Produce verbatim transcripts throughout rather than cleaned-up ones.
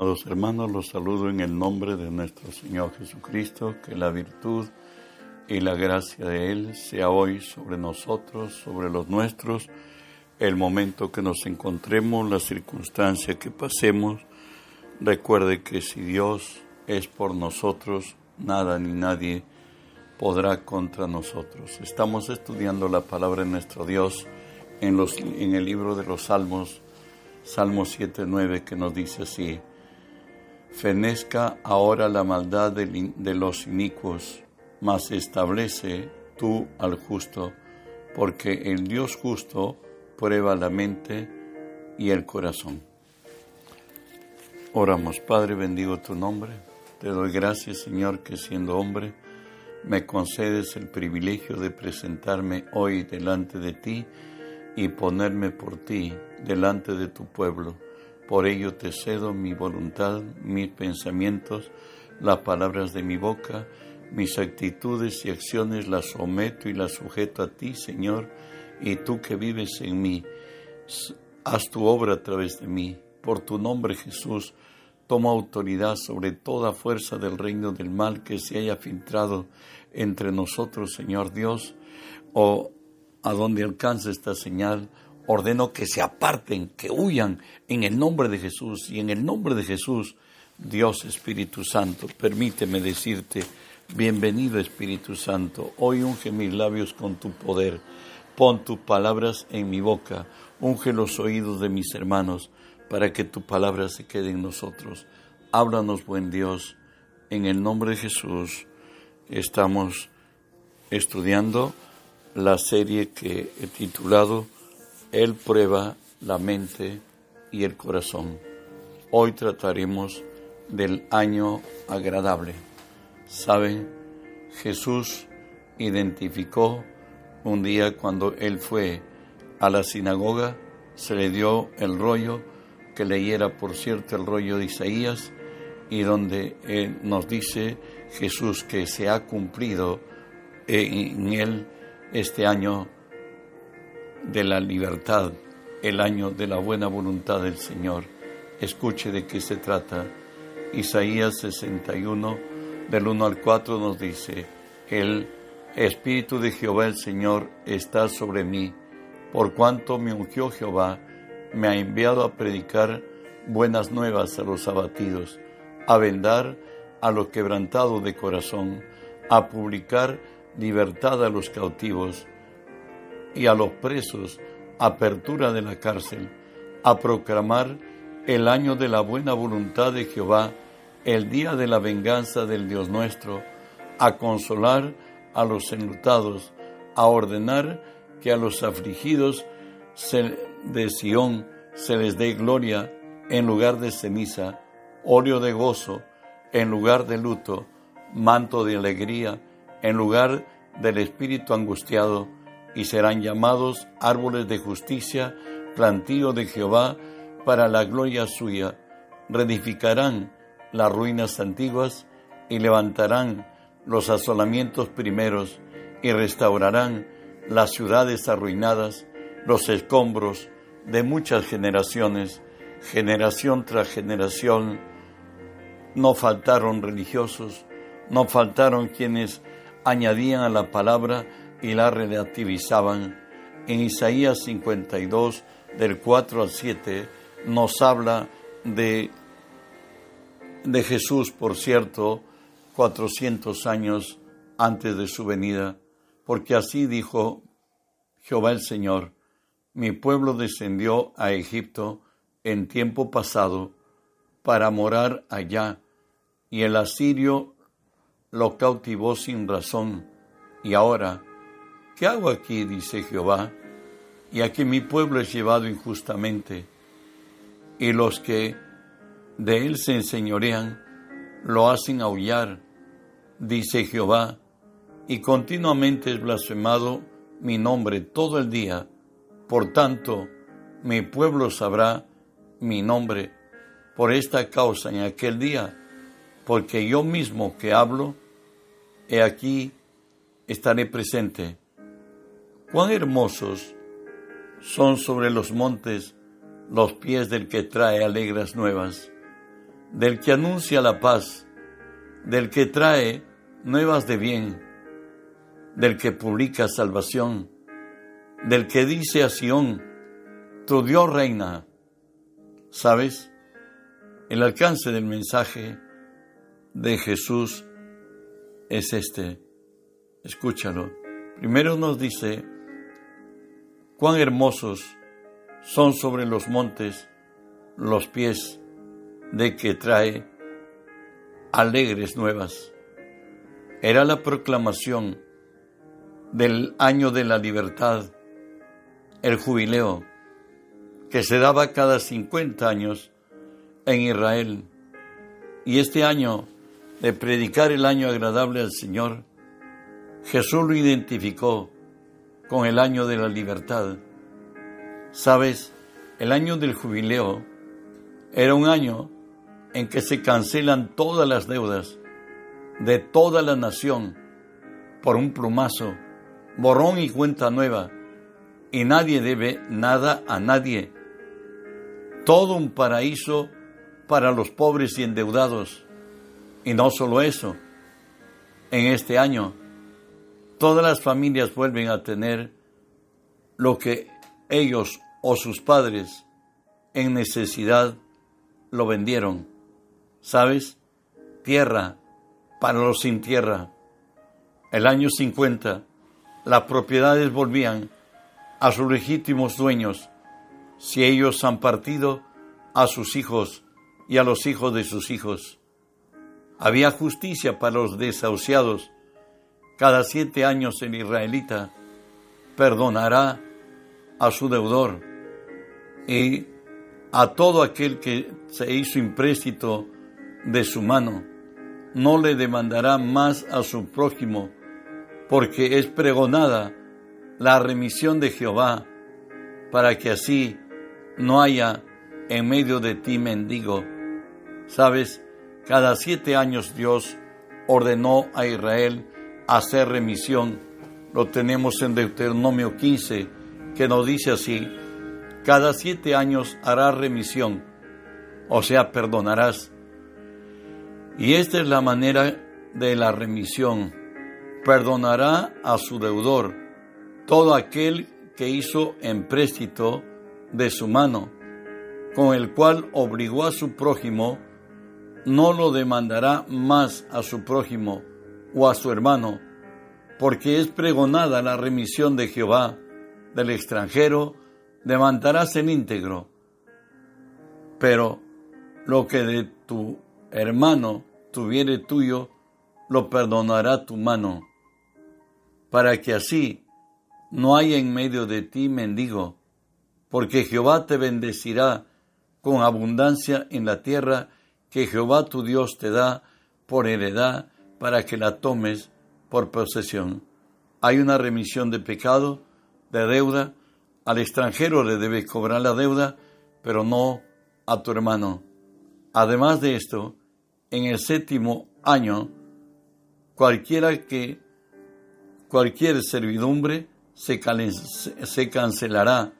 Amados hermanos, los saludo en el nombre de nuestro Señor Jesucristo, que la virtud y la gracia de Él sea hoy sobre nosotros, sobre los nuestros, el momento que nos encontremos, la circunstancia que pasemos. Recuerde que si Dios es por nosotros, nada ni nadie podrá contra nosotros. Estamos estudiando la palabra de nuestro Dios en, los, en el libro de los Salmos, Salmo siete nueve, que nos dice así: fenezca ahora la maldad de, de los inicuos, mas establece tú al justo, porque el Dios justo prueba la mente y el corazón. Oramos. Padre, bendigo tu nombre. Te doy gracias, Señor, que siendo hombre me concedes el privilegio de presentarme hoy delante de ti y ponerme por ti delante de tu pueblo. Por ello te cedo mi voluntad, mis pensamientos, las palabras de mi boca, mis actitudes y acciones las someto y las sujeto a ti, Señor, y tú que vives en mí, haz tu obra a través de mí. Por tu nombre, Jesús, toma autoridad sobre toda fuerza del reino del mal que se haya filtrado entre nosotros, Señor Dios, o a donde alcance esta señal. Ordeno que se aparten, que huyan en el nombre de Jesús. Y en el nombre de Jesús, Dios Espíritu Santo, permíteme decirte: bienvenido, Espíritu Santo. Hoy unge mis labios con tu poder. Pon tus palabras en mi boca. Unge los oídos de mis hermanos para que tu palabra se quede en nosotros. Háblanos, buen Dios. En el nombre de Jesús estamos estudiando la serie que he titulado Él prueba la mente y el corazón. Hoy trataremos del año agradable. ¿Saben? Jesús identificó un día cuando Él fue a la sinagoga, se le dio el rollo, que leyera por cierto el rollo de Isaías, y donde Él nos dice Jesús que se ha cumplido en Él este año de la libertad, el año de la buena voluntad del Señor. Escuche de qué se trata. Isaías sesenta y uno, del uno al cuatro, nos dice: el Espíritu de Jehová el Señor está sobre mí, por cuanto me ungió Jehová, me ha enviado a predicar buenas nuevas a los abatidos, a vendar a los quebrantados de corazón, a publicar libertad a los cautivos y a los presos, apertura de la cárcel, a proclamar el año de la buena voluntad de Jehová, el día de la venganza del Dios nuestro, a consolar a los enlutados, a ordenar que a los afligidos de Sión se les dé gloria en lugar de ceniza, óleo de gozo en lugar de luto, manto de alegría en lugar del espíritu angustiado, y serán llamados árboles de justicia, plantío de Jehová para la gloria suya. Reedificarán las ruinas antiguas y levantarán los asolamientos primeros y restaurarán las ciudades arruinadas, los escombros de muchas generaciones. Generación tras generación no faltaron religiosos, no faltaron quienes añadían a la palabra y la relativizaban. En Isaías cincuenta y dos, del cuatro al siete, nos habla de, de Jesús, por cierto, cuatrocientos años antes de su venida, porque así dijo Jehová el Señor: mi pueblo descendió a Egipto en tiempo pasado para morar allá, y el asirio lo cautivó sin razón. Y ahora, ¿qué hago aquí?, dice Jehová, y aquí mi pueblo es llevado injustamente, y los que de él se enseñorean lo hacen aullar, dice Jehová, y continuamente es blasfemado mi nombre todo el día. Por tanto, mi pueblo sabrá mi nombre por esta causa en aquel día, porque yo mismo que hablo, he aquí, estaré presente. Cuán hermosos son sobre los montes los pies del que trae alegres nuevas, del que anuncia la paz, del que trae nuevas de bien, del que publica salvación, del que dice a Sión, tu Dios reina. ¿Sabes? El alcance del mensaje de Jesús es este. Escúchalo. Primero nos dice, cuán hermosos son sobre los montes los pies de que trae alegres nuevas. Era la proclamación del año de la libertad, el jubileo, que se daba cada cincuenta años en Israel. Y este año de predicar el año agradable al Señor, Jesús lo identificó con el año de la libertad. ¿Sabes? El año del jubileo era un año en que se cancelan todas las deudas de toda la nación por un plumazo, borrón y cuenta nueva, y nadie debe nada a nadie. Todo un paraíso para los pobres y endeudados. Y no solo eso, en este año todas las familias vuelven a tener lo que ellos o sus padres en necesidad lo vendieron. ¿Sabes? Tierra para los sin tierra. El año cincuenta, las propiedades volvían a sus legítimos dueños si ellos han partido a sus hijos y a los hijos de sus hijos. Había justicia para los desahuciados. Cada siete años el israelita perdonará a su deudor y a todo aquel que se hizo empréstito de su mano. No le demandará más a su prójimo, porque es pregonada la remisión de Jehová, para que así no haya en medio de ti mendigo. ¿Sabes? Cada siete años Dios ordenó a Israel hacer remisión. Lo tenemos en Deuteronomio quince, que nos dice así: cada siete años harás remisión, o sea, perdonarás. Y esta es la manera de la remisión. Perdonará a su deudor, todo aquel que hizo empréstito de su mano, con el cual obligó a su prójimo, no lo demandará más a su prójimo o a su hermano, porque es pregonada la remisión de Jehová. Del extranjero demandarás en íntegro, pero lo que de tu hermano tuviere tuyo, lo perdonará tu mano, para que así no haya en medio de ti mendigo, porque Jehová te bendecirá con abundancia en la tierra que Jehová tu Dios te da por heredad, para que la tomes por posesión. Hay una remisión de pecado, de deuda. Al extranjero le debes cobrar la deuda, pero no a tu hermano. Además de esto, en el séptimo año, cualquiera que, cualquier servidumbre se, se cancelará.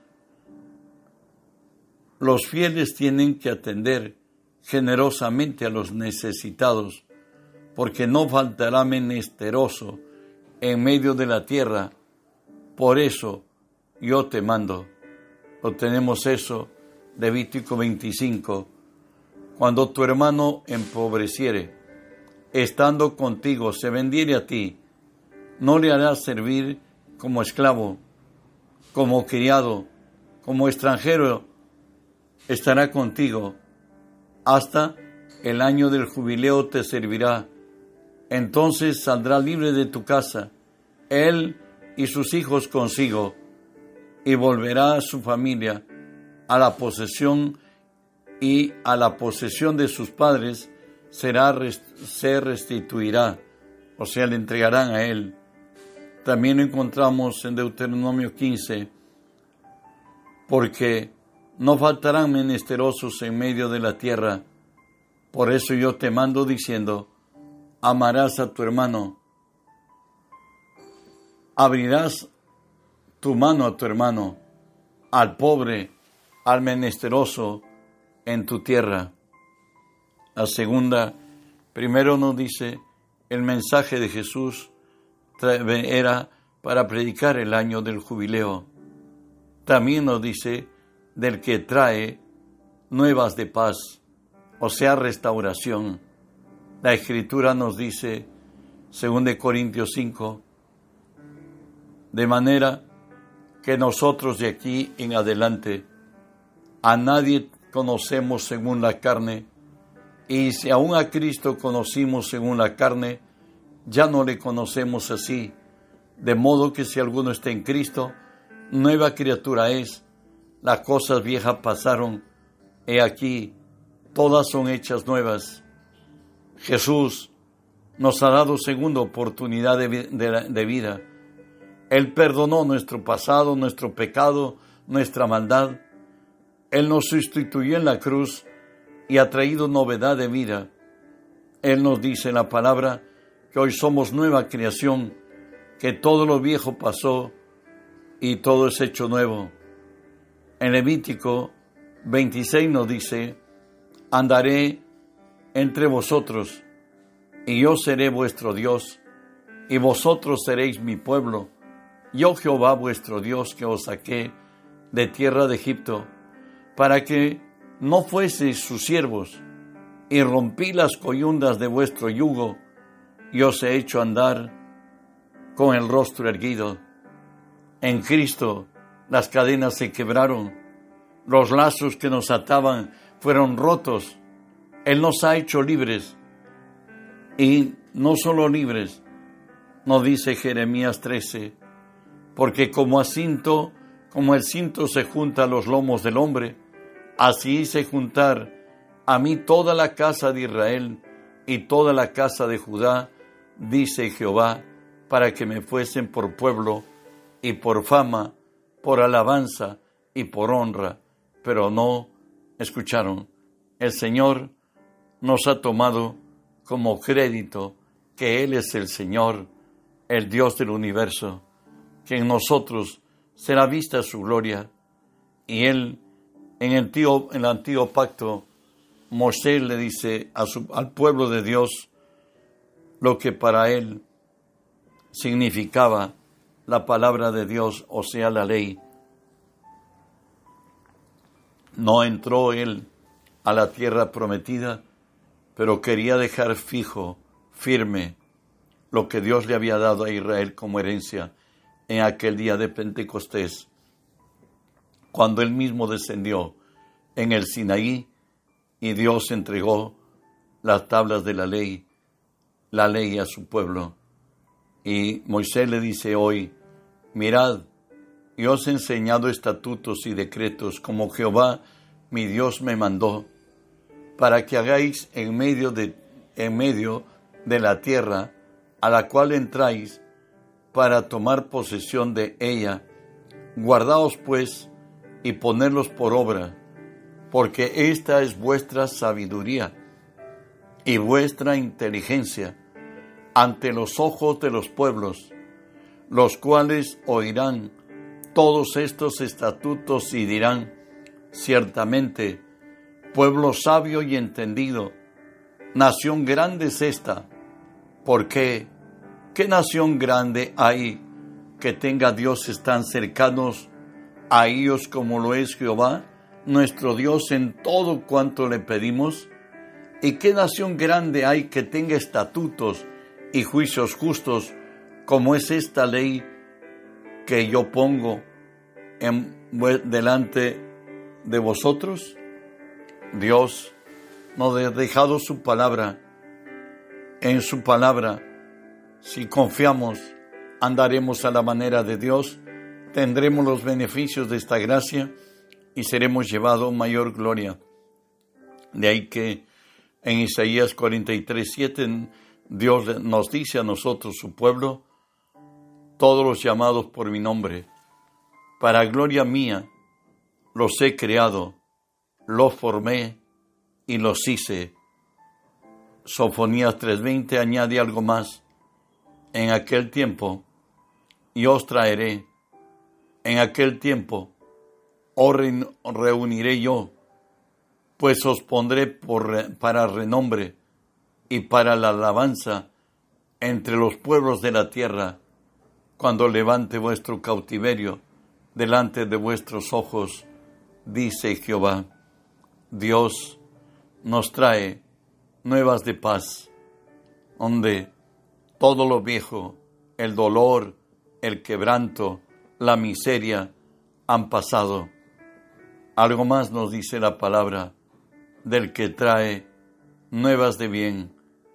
Los fieles tienen que atender generosamente a los necesitados, porque no faltará menesteroso en medio de la tierra. Por eso yo te mando. Obtenemos eso, Levítico veinticinco. Cuando tu hermano empobreciere, estando contigo, se vendiere a ti, no le harás servir como esclavo, como criado, como extranjero, estará contigo. Hasta el año del jubileo te servirá. Entonces saldrá libre de tu casa, él y sus hijos consigo, y volverá a su familia, a la posesión y a la posesión de sus padres será, se restituirá, o sea, le entregarán a él. También lo encontramos en Deuteronomio quince, porque no faltarán menesterosos en medio de la tierra. Por eso yo te mando diciendo, amarás a tu hermano, abrirás tu mano a tu hermano, al pobre, al menesteroso en tu tierra. La segunda, primero nos dice, el mensaje de Jesús era para predicar el año del jubileo. También nos dice del que trae nuevas de paz, o sea, restauración. La Escritura nos dice, según de Corintios cinco, de manera que nosotros de aquí en adelante a nadie conocemos según la carne, y si aún a Cristo conocimos según la carne, ya no le conocemos así, de modo que si alguno está en Cristo, nueva criatura es, las cosas viejas pasaron, he aquí, todas son hechas nuevas. Jesús nos ha dado segunda oportunidad de, de, de vida. Él perdonó nuestro pasado, nuestro pecado, nuestra maldad. Él nos sustituyó en la cruz y ha traído novedad de vida. Él nos dice en la palabra que hoy somos nueva creación, que todo lo viejo pasó y todo es hecho nuevo. En Levítico veintiséis nos dice, andaré entre vosotros, y yo seré vuestro Dios, y vosotros seréis mi pueblo. Yo Jehová vuestro Dios que os saqué de tierra de Egipto, para que no fueseis sus siervos, y rompí las coyundas de vuestro yugo, y os he hecho andar con el rostro erguido. En Cristo las cadenas se quebraron, los lazos que nos ataban fueron rotos. Él nos ha hecho libres, y no solo libres, nos dice Jeremías trece, porque como a cinto, como el cinto se junta a los lomos del hombre, así hice juntar a mí toda la casa de Israel y toda la casa de Judá, dice Jehová, para que me fuesen por pueblo y por fama, por alabanza y por honra, pero no escucharon. El Señor nos ha tomado como crédito que Él es el Señor, el Dios del universo, que en nosotros será vista su gloria. Y Él, en el, tío, en el antiguo pacto, Moisés le dice a su, al pueblo de Dios lo que para Él significaba la palabra de Dios, o sea, la ley. No entró Él a la tierra prometida, pero quería dejar fijo, firme, lo que Dios le había dado a Israel como herencia en aquel día de Pentecostés, cuando Él mismo descendió en el Sinaí y Dios entregó las tablas de la ley, la ley a su pueblo. Y Moisés le dice hoy, mirad, yo os he enseñado estatutos y decretos como Jehová mi Dios me mandó, para que hagáis en medio de, en medio de la tierra a la cual entráis, para tomar posesión de ella. Guardaos pues y ponedlos por obra, porque esta es vuestra sabiduría y vuestra inteligencia ante los ojos de los pueblos, los cuales oirán todos estos estatutos y dirán, ciertamente, pueblo sabio y entendido, nación grande es esta. ¿Por qué? ¿Qué nación grande hay que tenga dioses tan cercanos a ellos como lo es Jehová, nuestro Dios, en todo cuanto le pedimos? ¿Y qué nación grande hay que tenga estatutos y juicios justos como es esta ley que yo pongo en, delante de vosotros? Dios nos ha dejado su palabra. En su palabra, si confiamos, andaremos a la manera de Dios, tendremos los beneficios de esta gracia y seremos llevados a mayor gloria. De ahí que en Isaías cuarenta y tres, siete, Dios nos dice a nosotros, su pueblo, todos los llamados por mi nombre, para gloria mía, los he creado, los formé y los hice. Sofonías tres veinte añade algo más. En aquel tiempo, yo os traeré, en aquel tiempo, os reuniré yo, pues os pondré por, para renombre y para la alabanza entre los pueblos de la tierra, cuando levante vuestro cautiverio delante de vuestros ojos, dice Jehová. Dios nos trae nuevas de paz, donde todo lo viejo, el dolor, el quebranto, la miseria han pasado. Algo más nos dice la palabra del que trae nuevas de bien.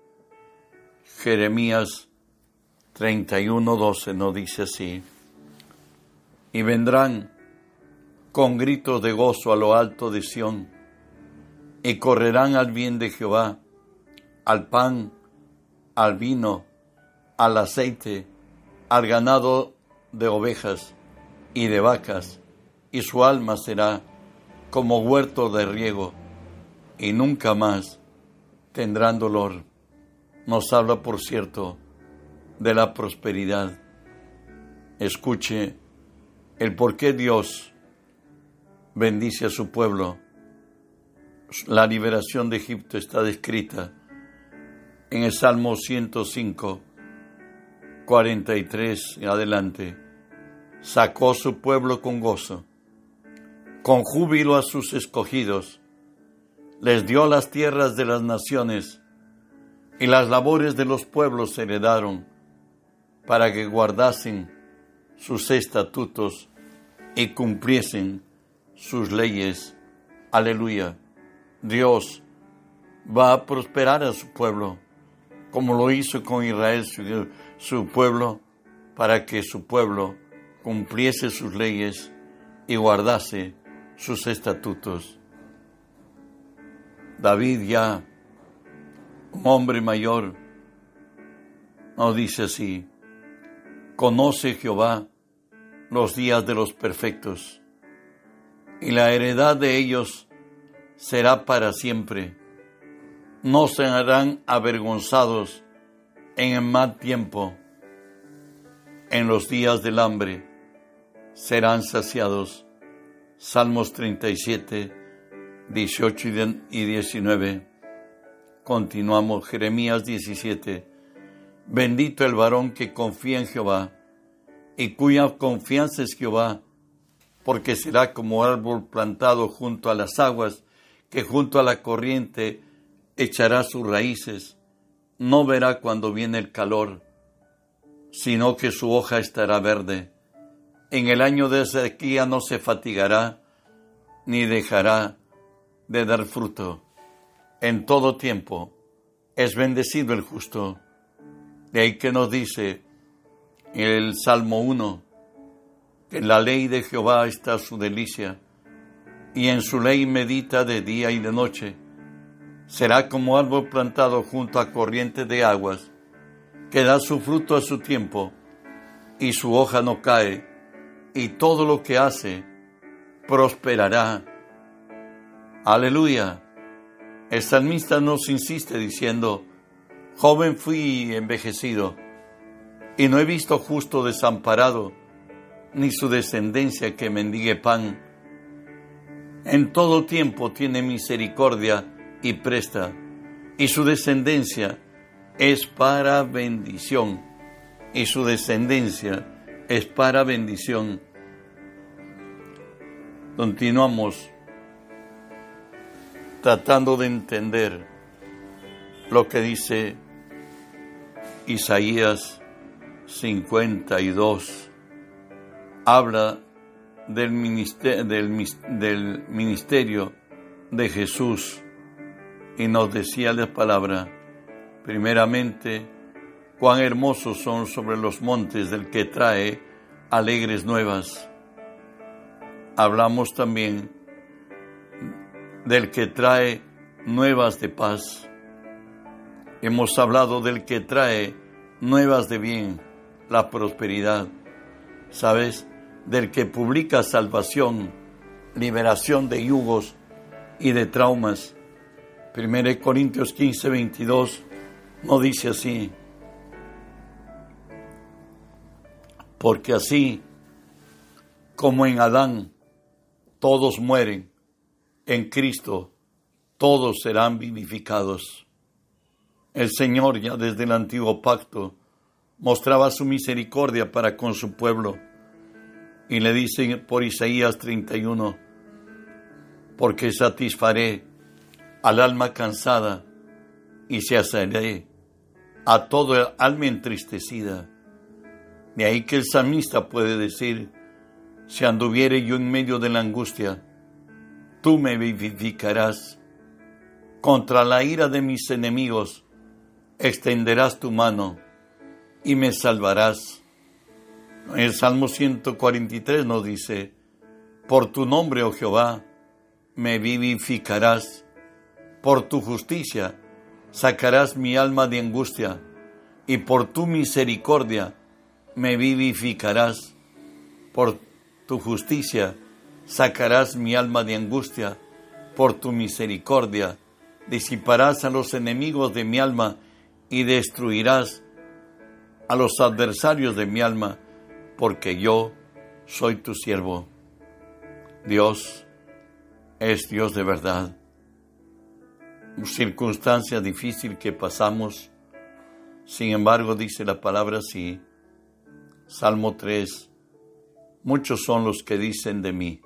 Jeremías treinta y uno, doce nos dice así: y vendrán con gritos de gozo a lo alto de Sión, y correrán al bien de Jehová, al pan, al vino, al aceite, al ganado de ovejas y de vacas, y su alma será como huerto de riego, y nunca más tendrán dolor. Nos habla, por cierto, de la prosperidad. Escuche el por qué Dios bendice a su pueblo. La liberación de Egipto está descrita en el Salmo ciento cinco, cuarenta y tres y adelante. Sacó su pueblo con gozo, con júbilo a sus escogidos. Les dio las tierras de las naciones, y las labores de los pueblos heredaron, para que guardasen sus estatutos y cumpliesen sus leyes. Aleluya. Dios va a prosperar a su pueblo, como lo hizo con Israel, su, su pueblo, para que su pueblo cumpliese sus leyes y guardase sus estatutos. David, ya un hombre mayor, nos dice así: conoce Jehová los días de los perfectos, y la heredad de ellos será para siempre. No serán avergonzados en el mal tiempo. En los días del hambre serán saciados. Salmos treinta y siete, dieciocho y diecinueve. Continuamos. Jeremías diecisiete. Bendito el varón que confía en Jehová y cuya confianza es Jehová, porque será como árbol plantado junto a las aguas, que junto a la corriente echará sus raíces. No verá cuando viene el calor, sino que su hoja estará verde. En el año de sequía no se fatigará, ni dejará de dar fruto. En todo tiempo es bendecido el justo. De ahí que nos dice en el Salmo uno, que en la ley de Jehová está su delicia, y en su ley medita de día y de noche. Será como árbol plantado junto a corrientes de aguas, que da su fruto a su tiempo, y su hoja no cae, y todo lo que hace prosperará. Aleluya. El salmista nos insiste diciendo: joven fui envejecido, y no he visto justo desamparado, ni su descendencia que mendigue pan. En todo tiempo tiene misericordia y presta, y su descendencia es para bendición, y su descendencia es para bendición. Continuamos tratando de entender lo que dice Isaías cincuenta y dos. Habla del ministerio, del, del ministerio de Jesús, y nos decía la palabra, primeramente, cuán hermosos son sobre los montes del que trae alegres nuevas. Hablamos también del que trae nuevas de paz. Hemos hablado del que trae nuevas de bien, la prosperidad. ¿Sabes? Del que publica salvación, liberación de yugos y de traumas. Primera de Corintios quince, veintidós nos dice así: porque así como en Adán todos mueren, en Cristo todos serán vivificados. El Señor ya desde el antiguo pacto mostraba su misericordia para con su pueblo. Y le dice por Isaías treinta y uno, porque satisfaré al alma cansada y saciaré a toda alma entristecida. De ahí que el salmista puede decir, si anduviere yo en medio de la angustia, tú me vivificarás. Contra la ira de mis enemigos extenderás tu mano y me salvarás. El Salmo ciento cuarenta y tres nos dice, por tu nombre, oh Jehová, me vivificarás. Por tu justicia sacarás mi alma de angustia, y por tu misericordia me vivificarás. Por tu justicia sacarás mi alma de angustia, por tu misericordia disiparás a los enemigos de mi alma y destruirás a los adversarios de mi alma, porque yo soy tu siervo. Dios es Dios de verdad. Circunstancia difícil que pasamos, sin embargo, dice la palabra así, Salmo tres, muchos son los que dicen de mí,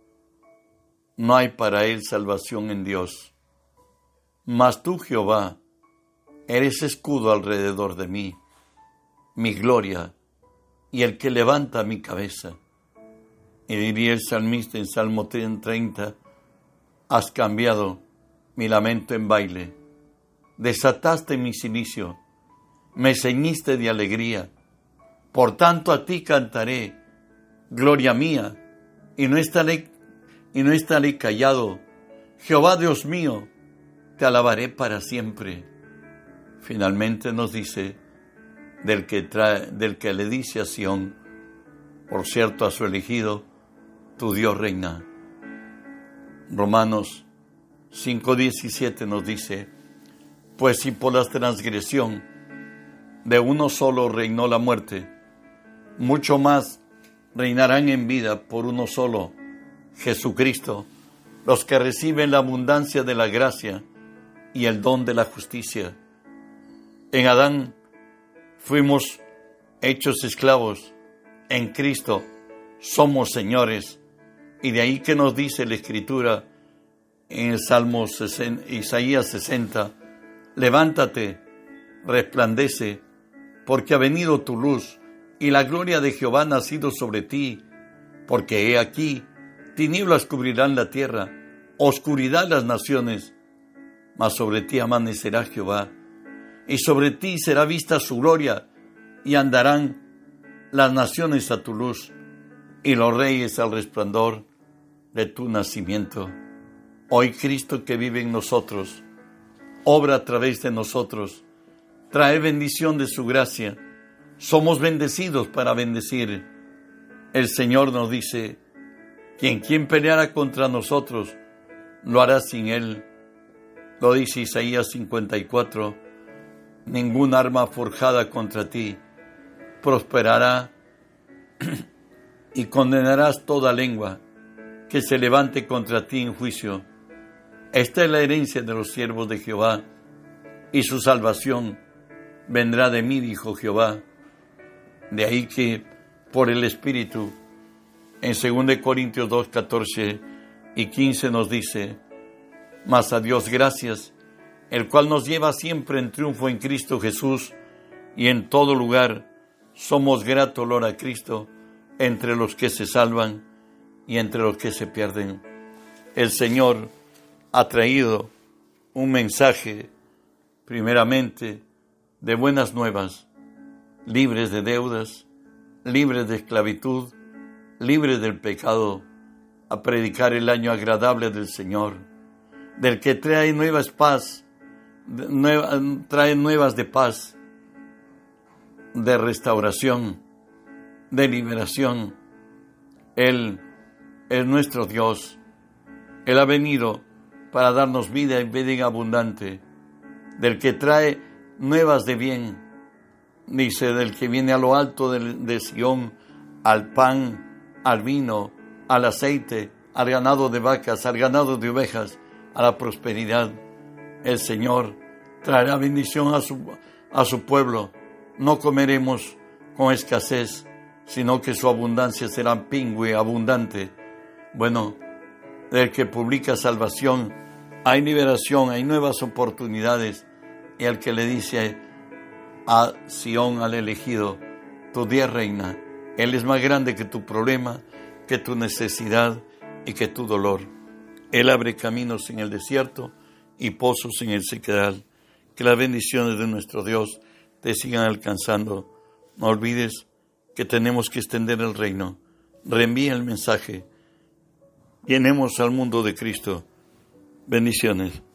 no hay para él salvación en Dios. Mas tú, Jehová, eres escudo alrededor de mí, mi gloria y el que levanta mi cabeza. Y diría el salmista en Salmo treinta, has cambiado mi lamento en baile, desataste mi cilicio, me ceñiste de alegría, por tanto a ti cantaré, gloria mía, y no estaré, y no estaré callado. Jehová Dios mío, te alabaré para siempre. Finalmente nos dice, del que, trae, del que le dice a Sión, por cierto a su elegido, tu Dios reina. Romanos cinco diecisiete nos dice, pues si por la transgresión de uno solo reinó la muerte, mucho más reinarán en vida por uno solo, Jesucristo, los que reciben la abundancia de la gracia y el don de la justicia. En Adán fuimos hechos esclavos, en Cristo somos señores, y de ahí que nos dice la Escritura en el Salmo sesenta, Isaías sesenta, levántate, resplandece, porque ha venido tu luz, y la gloria de Jehová ha nacido sobre ti, porque he aquí, tinieblas cubrirán la tierra, oscuridad las naciones, mas sobre ti amanecerá Jehová, y sobre ti será vista su gloria, y andarán las naciones a tu luz, y los reyes al resplandor de tu nacimiento. Hoy Cristo que vive en nosotros, obra a través de nosotros, trae bendición de su gracia. Somos bendecidos para bendecir. El Señor nos dice, quien quien peleara contra nosotros, lo hará sin Él. Lo dice Isaías cincuenta y cuatro, ningún arma forjada contra ti prosperará, y condenarás toda lengua que se levante contra ti en juicio. Esta es la herencia de los siervos de Jehová, y su salvación vendrá de mí, dijo Jehová. De ahí que por el Espíritu, en segunda de Corintios dos, catorce y quince nos dice, mas a Dios gracias, el cual nos lleva siempre en triunfo en Cristo Jesús, y en todo lugar somos grato olor a Cristo entre los que se salvan y entre los que se pierden. El Señor ha traído un mensaje, primeramente, de buenas nuevas, libres de deudas, libres de esclavitud, libres del pecado, a predicar el año agradable del Señor, del que trae nuevas paz, nueva, trae nuevas de paz, de restauración, de liberación. Él es nuestro Dios. Él ha venido para darnos vida y vida en abundante, del que trae nuevas de bien, dice, del que viene a lo alto de, de Sión, al pan, al vino, al aceite, al ganado de vacas, al ganado de ovejas, a la prosperidad. El Señor traerá bendición a su, a su pueblo. No comeremos con escasez, sino que su abundancia será pingüe, abundante. Bueno, del que publica salvación, hay liberación, hay nuevas oportunidades. Y al que le dice a Sión, al elegido, tu día reina. Él es más grande que tu problema, que tu necesidad y que tu dolor. Él abre caminos en el desierto y pozos en el sequedal. Que las bendiciones de nuestro Dios te sigan alcanzando. No olvides que tenemos que extender el reino. Reenvía el mensaje. Llenemos al mundo de Cristo. Bendiciones.